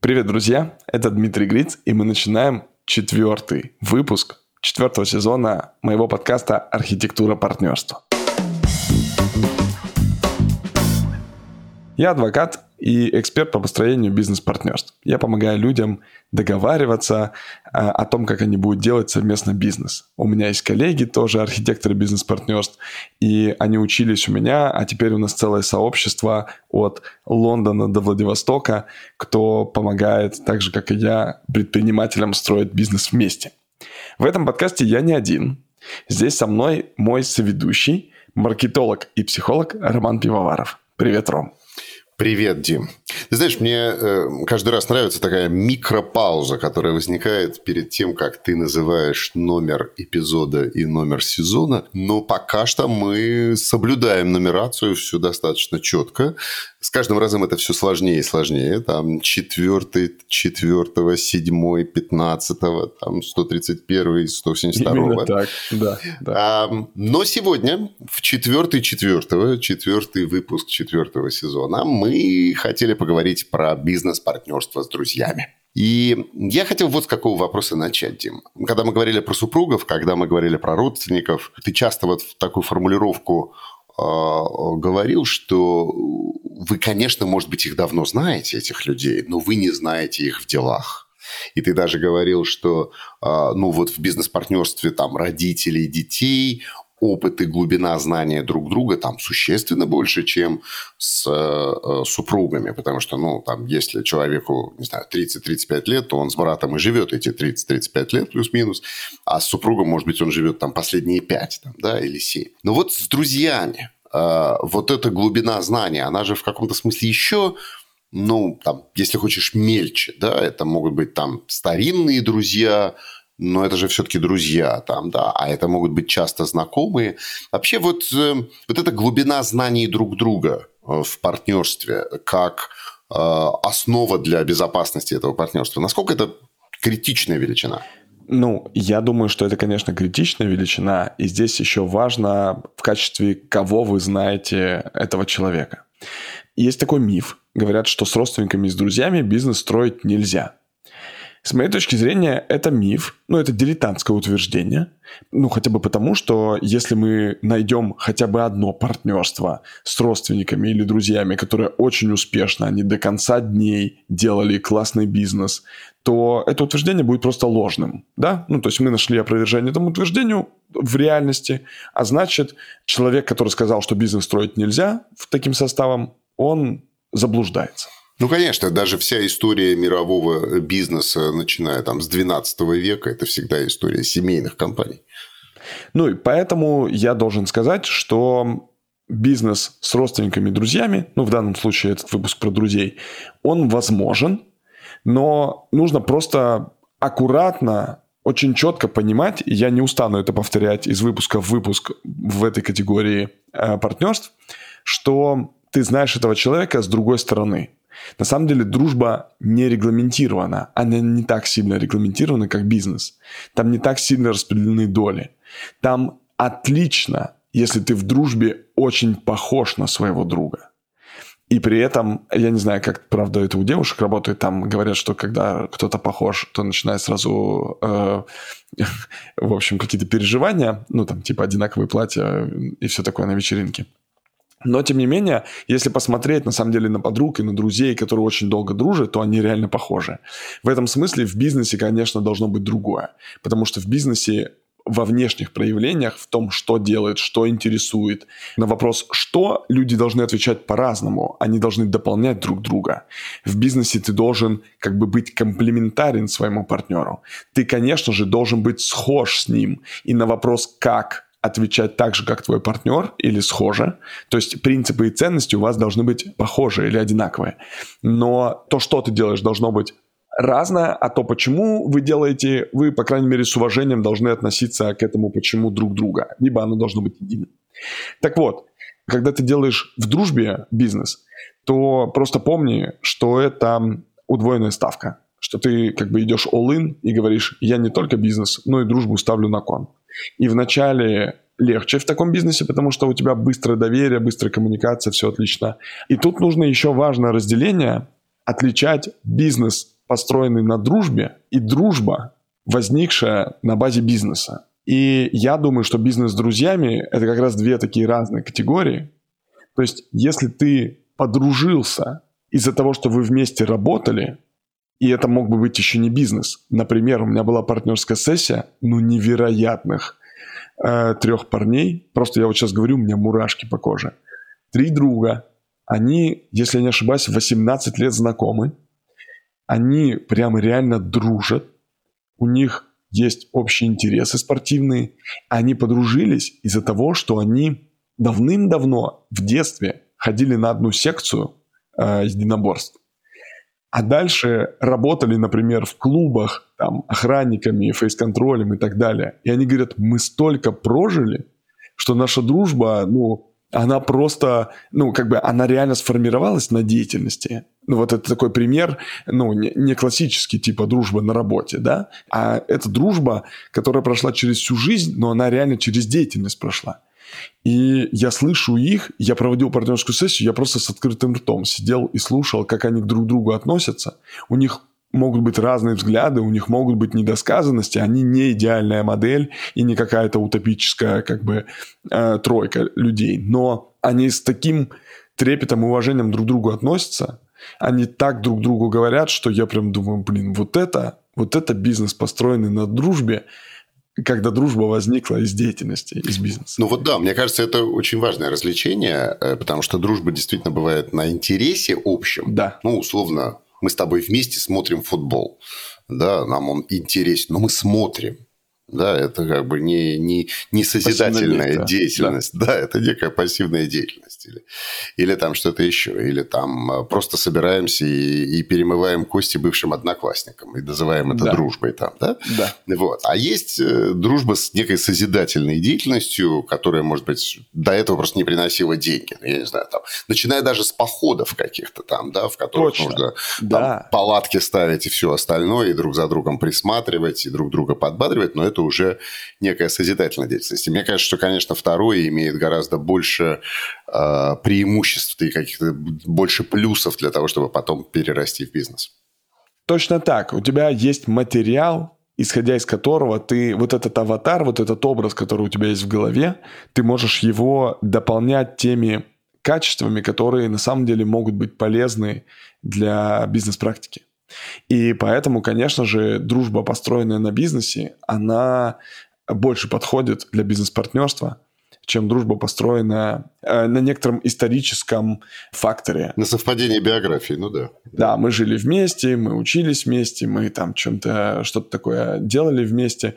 Привет, друзья! Это Дмитрий Гриц, и мы начинаем 4-й выпуск 4-го сезона моего подкаста «Архитектура партнерства». Я адвокат и эксперт по построению бизнес-партнерств. Я помогаю людям договариваться о том, как они будут делать совместно бизнес. У меня есть коллеги, тоже архитекторы бизнес-партнерств, и они учились у меня, а теперь у нас целое сообщество от Лондона до Владивостока, кто помогает, так же, как и я, предпринимателям строить бизнес вместе. В этом подкасте я не один. Здесь со мной мой соведущий, маркетолог и психолог Роман Пивоваров. Привет, Ром. Привет, Дим. Ты знаешь, мне каждый раз нравится такая микропауза, которая возникает перед тем, как ты называешь номер эпизода и номер сезона. Но пока что мы соблюдаем нумерацию, все достаточно четко. С каждым разом это все сложнее и сложнее. Там 4-й, 4-го, 7-й, 15-го, там 131-й, 172-го. Именно так, да. Но сегодня, в 4-й выпуск 4-го сезона, мы хотели поговорить про бизнес-партнерство с друзьями. И я хотел вот с какого вопроса начать, Дим. Когда мы говорили про супругов, когда мы говорили про родственников, ты часто вот в такую формулировку говорил, что вы, конечно, может быть, их давно знаете, этих людей, но вы не знаете их в делах. И ты даже говорил, что вот в бизнес-партнерстве там родителей, детей, опыт и глубина знания друг друга там существенно больше, чем с супругами. Потому что, там, если человеку, не знаю, 30-35 лет, то он с братом и живет эти 30-35 лет плюс-минус. А с супругом, может быть, он живет там последние 5 или 7. Но вот с друзьями вот эта глубина знания, она же в каком-то смысле еще... если хочешь, мельче, это могут быть там старинные друзья, но это же все-таки друзья, а это могут быть часто знакомые. Вообще вот эта глубина знаний друг друга в партнерстве как основа для безопасности этого партнерства, насколько это критичная величина? Я думаю, что это, конечно, критичная величина, и здесь еще важно в качестве кого вы знаете этого человека. Есть такой миф. Говорят, что с родственниками и с друзьями бизнес строить нельзя. С моей точки зрения, это миф, это дилетантское утверждение. Хотя бы потому, что если мы найдем хотя бы одно партнерство с родственниками или друзьями, которое очень успешно, они до конца дней делали классный бизнес, то это утверждение будет просто ложным, да? То есть мы нашли опровержение этому утверждению в реальности, а значит, человек, который сказал, что бизнес строить нельзя таким составом, он заблуждается. Конечно, даже вся история мирового бизнеса, начиная с 12 века, это всегда история семейных компаний. И поэтому я должен сказать, что бизнес с родственниками и друзьями, в данном случае этот выпуск про друзей, он возможен, но нужно просто аккуратно, очень четко понимать, и я не устану это повторять из выпуска в выпуск в этой категории партнерств, что ты знаешь этого человека с другой стороны. На самом деле дружба не регламентирована. Она не так сильно регламентирована, как бизнес. Там не так сильно распределены доли. Там отлично, если ты в дружбе очень похож на своего друга. И при этом, я не знаю, как, правда, это у девушек работает. Там говорят, что когда кто-то похож, то начинает сразу, в общем, какие-то переживания. Типа одинаковые платья и все такое на вечеринке. Но, тем не менее, если посмотреть, на самом деле, на подруг и на друзей, которые очень долго дружат, то они реально похожи. В этом смысле в бизнесе, конечно, должно быть другое. Потому что в бизнесе во внешних проявлениях, в том, что делает, что интересует, на вопрос «что» люди должны отвечать по-разному. Они должны дополнять друг друга. В бизнесе ты должен быть комплементарен своему партнеру. Ты, конечно же, должен быть схож с ним. И на вопрос «как» отвечать так же, как твой партнер, или схоже. То есть принципы и ценности у вас должны быть похожи или одинаковые. Но то, что ты делаешь, должно быть разное, а то, почему вы делаете, вы, по крайней мере, с уважением должны относиться к этому почему друг друга. Либо оно должно быть единым. Так вот, когда ты делаешь в дружбе бизнес, то просто помни, что это удвоенная ставка. Что ты идешь all-in и говоришь, я не только бизнес, но и дружбу ставлю на кон. И вначале легче в таком бизнесе, потому что у тебя быстрое доверие, быстрая коммуникация, все отлично. И тут нужно еще важное разделение, отличать бизнес построенный на дружбе, и дружба, возникшая на базе бизнеса. И я думаю, что бизнес с друзьями – это как раз две такие разные категории. То есть, если ты подружился из-за того, что вы вместе работали, и это мог бы быть еще не бизнес. Например, у меня была партнерская сессия, невероятных 3 парней. Просто я вот сейчас говорю, у меня мурашки по коже. 3 друга. Они, если я не ошибаюсь, 18 лет знакомы. Они прямо реально дружат. У них есть общие интересы спортивные. Они подружились из-за того, что они давным-давно в детстве ходили на одну секцию единоборств. А дальше работали, например, в клубах, там, охранниками, фейс-контролем и так далее. И они говорят, мы столько прожили, что наша дружба, она просто, она реально сформировалась на деятельности. Вот это такой пример, не классический типа дружба на работе, да, а это дружба, которая прошла через всю жизнь, но она реально через деятельность прошла. И я слышу их, я проводил партнерскую сессию, я просто с открытым ртом сидел и слушал, как они друг к другу относятся. У них могут быть разные взгляды, у них могут быть недосказанности, они не идеальная модель и не какая-то утопическая тройка людей. Но они с таким трепетом и уважением друг к другу относятся, они так друг другу говорят, что я прям думаю, вот это бизнес, построенный на дружбе, когда дружба возникла из деятельности, из бизнеса. Мне кажется, это очень важное развлечение, потому что дружба действительно бывает на интересе общем. Да. Условно, мы с тобой вместе смотрим футбол, да, нам он интересен, но мы смотрим. Да, это не созидательная деятельность. Да, это некая пассивная деятельность. Или там что-то еще. Или там просто собираемся и перемываем кости бывшим одноклассникам. И называем это дружбой там, да? Да. Вот. А есть дружба с некой созидательной деятельностью, которая, может быть, до этого просто не приносила деньги. Я не знаю, там, начиная даже с походов каких-то там, да, в которых нужно там, палатки ставить и все остальное, и друг за другом присматривать, и друг друга подбадривать, но это уже некая созидательная деятельность. И мне кажется, что, конечно, второе имеет гораздо больше преимуществ и каких-то больше плюсов для того, чтобы потом перерасти в бизнес. Точно так. У тебя есть материал, исходя из которого ты вот этот аватар, вот этот образ, который у тебя есть в голове, ты можешь его дополнять теми качествами, которые на самом деле могут быть полезны для бизнес-практики. И поэтому, конечно же, дружба, построенная на бизнесе, она больше подходит для бизнес-партнерства, чем дружба, построенная на некотором историческом факторе. На совпадении биографии, да. Да, мы жили вместе, мы учились вместе, мы там что-то такое делали вместе.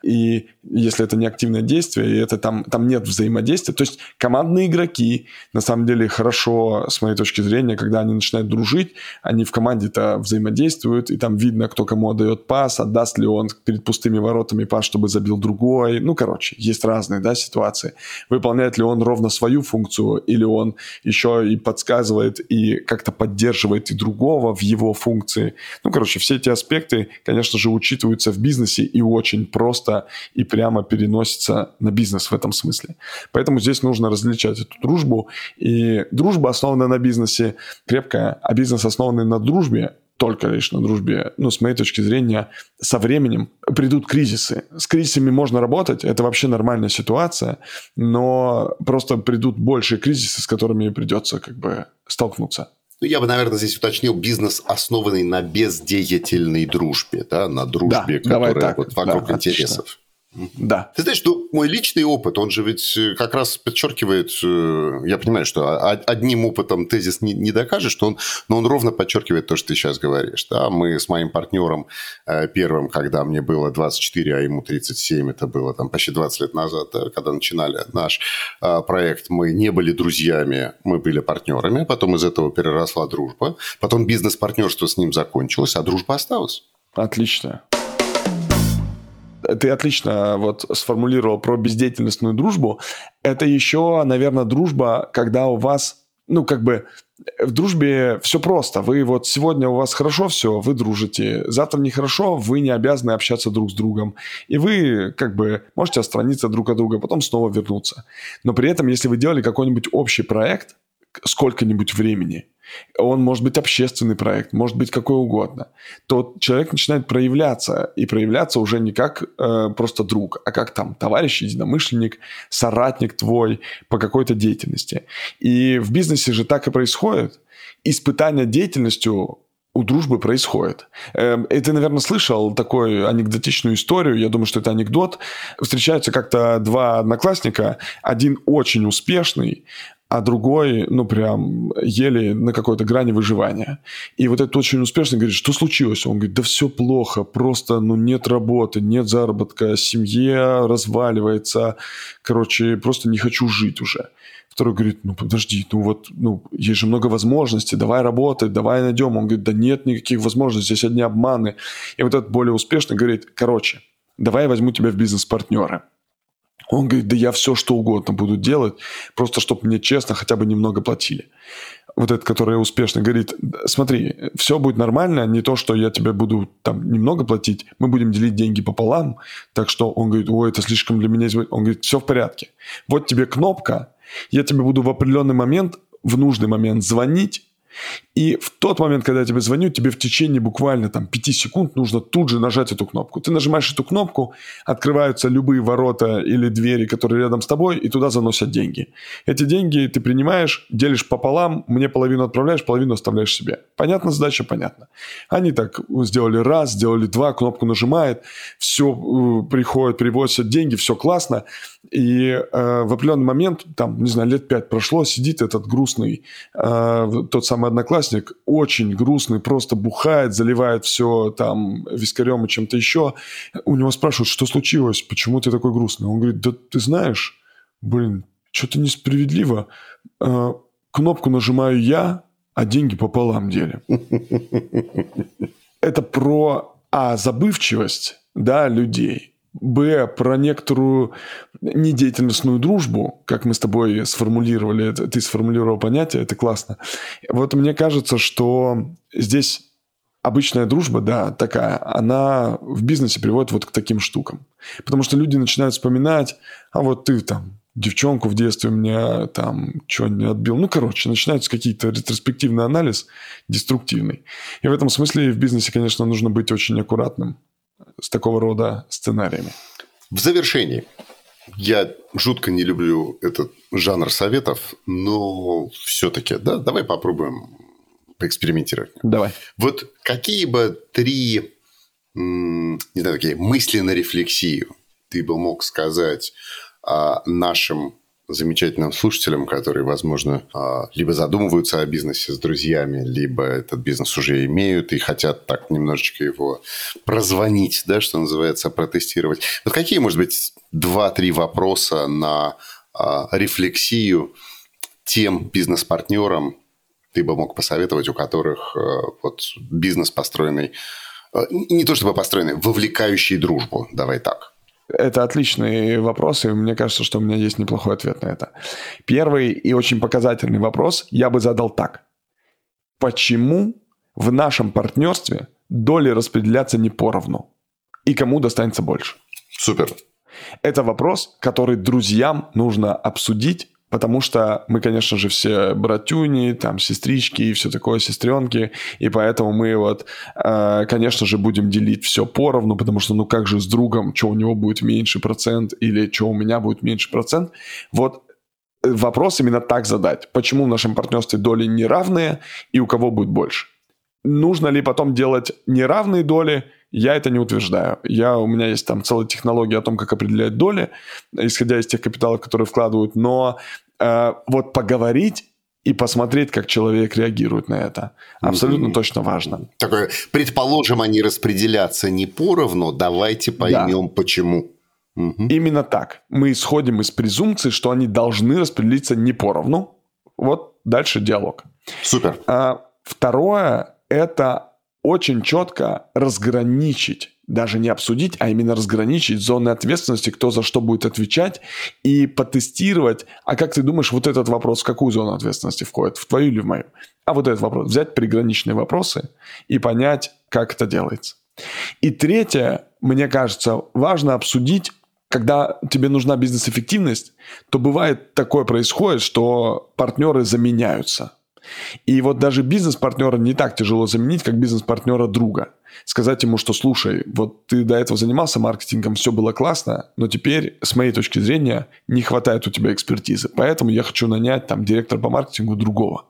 И если это не активное действие, и это там нет взаимодействия, то есть командные игроки, на самом деле, хорошо, с моей точки зрения, когда они начинают дружить, они в команде-то взаимодействуют, и там видно, кто кому отдает пас, отдаст ли он перед пустыми воротами пас, чтобы забил другой. Есть разные, ситуации. Выполняет ли он ровно свою функцию, или он еще и подсказывает и как-то поддерживает и другого в его функции. Все эти аспекты, конечно же, учитываются в бизнесе и очень просто и прямо переносятся на бизнес в этом смысле. Поэтому здесь нужно различать эту дружбу. И дружба, основанная на бизнесе, крепкая, а бизнес, основанный на дружбе, только лишь на дружбе, с моей точки зрения, со временем придут кризисы. С кризисами можно работать, это вообще нормальная ситуация, но просто придут большие кризисы, с которыми придется столкнуться. Я бы, наверное, здесь уточнил бизнес, основанный на бездеятельной дружбе, да, на дружбе, которая вокруг интересов. Да. Ты знаешь, мой личный опыт, он же ведь как раз подчеркивает, я понимаю, что одним опытом тезис не докажешь, но он ровно подчеркивает то, что ты сейчас говоришь. Да? Мы с моим партнером первым, когда мне было 24, а ему 37, это было там почти 20 лет назад, да, когда начинали наш проект, мы не были друзьями, мы были партнерами, потом из этого переросла дружба, потом бизнес-партнерство с ним закончилось, а дружба осталась. Отлично. Ты отлично сформулировал про бездеятельностную дружбу. Это еще, наверное, дружба, когда у вас, в дружбе все просто. Вы сегодня у вас хорошо все, вы дружите. Завтра нехорошо, вы не обязаны общаться друг с другом. И вы можете отстраниться друг от друга, потом снова вернуться. Но при этом, если вы делали какой-нибудь общий проект, сколько-нибудь времени, он может быть общественный проект, может быть какой угодно, то человек начинает проявляться, и проявляться уже не как просто друг, а как там товарищ, единомышленник, соратник твой по какой-то деятельности. И в бизнесе же так и происходит. Испытание деятельностью у дружбы происходит. И ты, наверное, слышал такую анекдотичную историю, я думаю, что это анекдот. Встречаются как-то два одноклассника, один очень успешный, а другой, прям еле на какой-то грани выживания. И вот этот очень успешный говорит, что случилось? Он говорит, да все плохо, просто, нет работы, нет заработка, семья разваливается, просто не хочу жить уже. Второй говорит, подожди, есть же много возможностей, давай работать, давай найдем. Он говорит, да нет никаких возможностей, здесь одни обманы. И вот этот более успешный говорит, давай я возьму тебя в бизнес-партнеры. Он говорит, да я все что угодно буду делать, просто чтобы мне честно хотя бы немного платили. Вот этот, который успешно говорит, смотри, все будет нормально, не то, что я тебе буду там немного платить, мы будем делить деньги пополам. Так что он говорит, это слишком для меня. Он говорит, все в порядке. Вот тебе кнопка, я тебе буду в определенный момент, в нужный момент звонить, и в тот момент, когда я тебе звоню, тебе в течение буквально 5 секунд нужно тут же нажать эту кнопку. Ты нажимаешь эту кнопку, открываются любые ворота или двери, которые рядом с тобой, и туда заносят деньги. Эти деньги ты принимаешь, делишь пополам, мне половину отправляешь, половину оставляешь себе. Понятна задача? Понятно. Они так сделали раз, сделали два, кнопку нажимает, все приходит, привозят деньги, все классно. И в определенный момент, лет 5 прошло, сидит этот грустный, тот самый одноклассник, очень грустный, просто бухает, заливает все вискарем и чем-то еще. У него спрашивают, что случилось, почему ты такой грустный? Он говорит, да ты знаешь, что-то несправедливо. Кнопку нажимаю я, а деньги пополам делим. Это про забывчивость, людей. Б, про некоторую недеятельностную дружбу, как мы с тобой сформулировали, ты сформулировал понятие, это классно. Вот мне кажется, что здесь обычная дружба, такая, она в бизнесе приводит вот к таким штукам. Потому что люди начинают вспоминать, вот ты девчонку в детстве у меня что-нибудь отбил. Начинается какие-то ретроспективный анализ, деструктивный. И в этом смысле в бизнесе, конечно, нужно быть очень аккуратным с такого рода сценариями. В завершении. Я жутко не люблю этот жанр советов, но все-таки, давай попробуем поэкспериментировать. Давай. Вот какие бы 3, такие мысли на рефлексию ты бы мог сказать нашим замечательным слушателям, которые, возможно, либо задумываются о бизнесе с друзьями, либо этот бизнес уже имеют и хотят так немножечко его прозвонить, что называется, протестировать. Вот какие, может быть, 2-3 вопроса на рефлексию тем бизнес-партнерам ты бы мог посоветовать, у которых бизнес построенный, не то чтобы построенный, вовлекающий дружбу, давай так. Это отличный вопрос, и мне кажется, что у меня есть неплохой ответ на это. Первый и очень показательный вопрос я бы задал так. Почему в нашем партнерстве доли распределяться не поровну? И кому достанется больше? Супер. Это вопрос, который друзьям нужно обсудить, потому что мы, конечно же, все братюни, сестрички и все такое, сестренки, и поэтому мы конечно же, будем делить все поровну, потому что, как же с другом, что у него будет меньше процент или что у меня будет меньше процент. Вопрос именно так задать. Почему в нашем партнерстве доли неравные и у кого будет больше? Нужно ли потом делать неравные доли? Я это не утверждаю. У меня есть целая технология о том, как определять доли, исходя из тех капиталов, которые вкладывают, но поговорить и посмотреть, как человек реагирует на это, абсолютно точно важно. Такое, предположим, они распределятся не поровну, давайте поймем, почему. Именно так. Мы исходим из презумпции, что они должны распределиться не поровну. Дальше диалог. Супер. Второе – это очень четко разграничить, даже не обсудить, а именно разграничить зоны ответственности, кто за что будет отвечать, и потестировать, а как ты думаешь, этот вопрос в какую зону ответственности входит, в твою или в мою? А этот вопрос, взять приграничные вопросы и понять, как это делается. И третье, мне кажется, важно обсудить, когда тебе нужна бизнес-эффективность, то бывает такое происходит, что партнеры заменяются. И вот даже бизнес-партнера не так тяжело заменить, как бизнес-партнера друга. Сказать ему, что слушай, вот ты до этого занимался маркетингом, все было классно, но теперь, с моей точки зрения, не хватает у тебя экспертизы. Поэтому я хочу нанять там директора по маркетингу другого.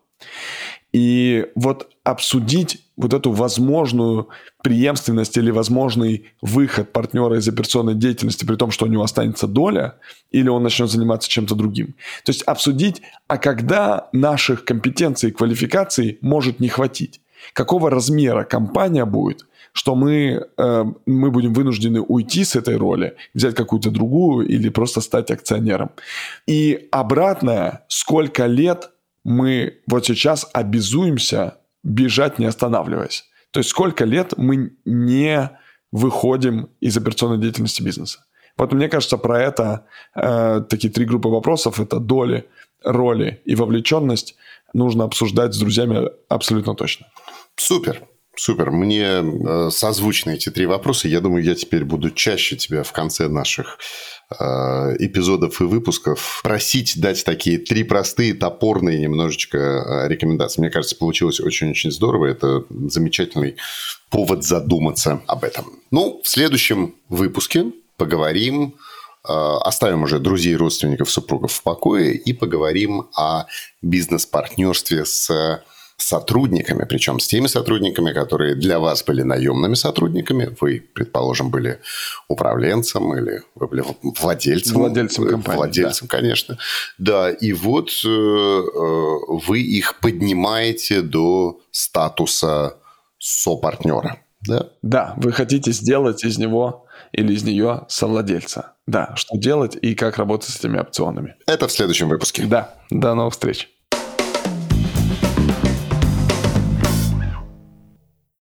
И вот обсудить вот эту возможную преемственность или возможный выход партнера из операционной деятельности, при том, что у него останется доля, или он начнет заниматься чем-то другим. То есть обсудить, а когда наших компетенций и квалификаций может не хватить. Какого размера компания будет, что мы будем вынуждены уйти с этой роли, взять какую-то другую или просто стать акционером. И обратное, сколько лет мы вот сейчас обязуемся бежать, не останавливаясь. То есть сколько лет мы не выходим из операционной деятельности бизнеса. Вот мне кажется, про это такие 3 группы вопросов. Это доли, роли и вовлеченность нужно обсуждать с друзьями абсолютно точно. Супер. Супер. Мне созвучны эти 3 вопроса. Я думаю, я теперь буду чаще тебя в конце наших эпизодов и выпусков просить дать такие 3 простые, топорные немножечко рекомендации. Мне кажется, получилось очень-очень здорово. Это замечательный повод задуматься об этом. Ну, в следующем выпуске поговорим, оставим уже друзей, родственников, супругов в покое и поговорим о бизнес-партнерстве с сотрудниками, причем с теми сотрудниками, которые для вас были наемными сотрудниками. Вы, предположим, были управленцем или вы были владельцем. Владельцем компании. Владельцем, да. Конечно. Да, и вот вы их поднимаете до статуса сопартнера. Да? Да, вы хотите сделать из него или из нее совладельца. Да, что делать и как работать с этими опционами. Это в следующем выпуске. Да, до новых встреч.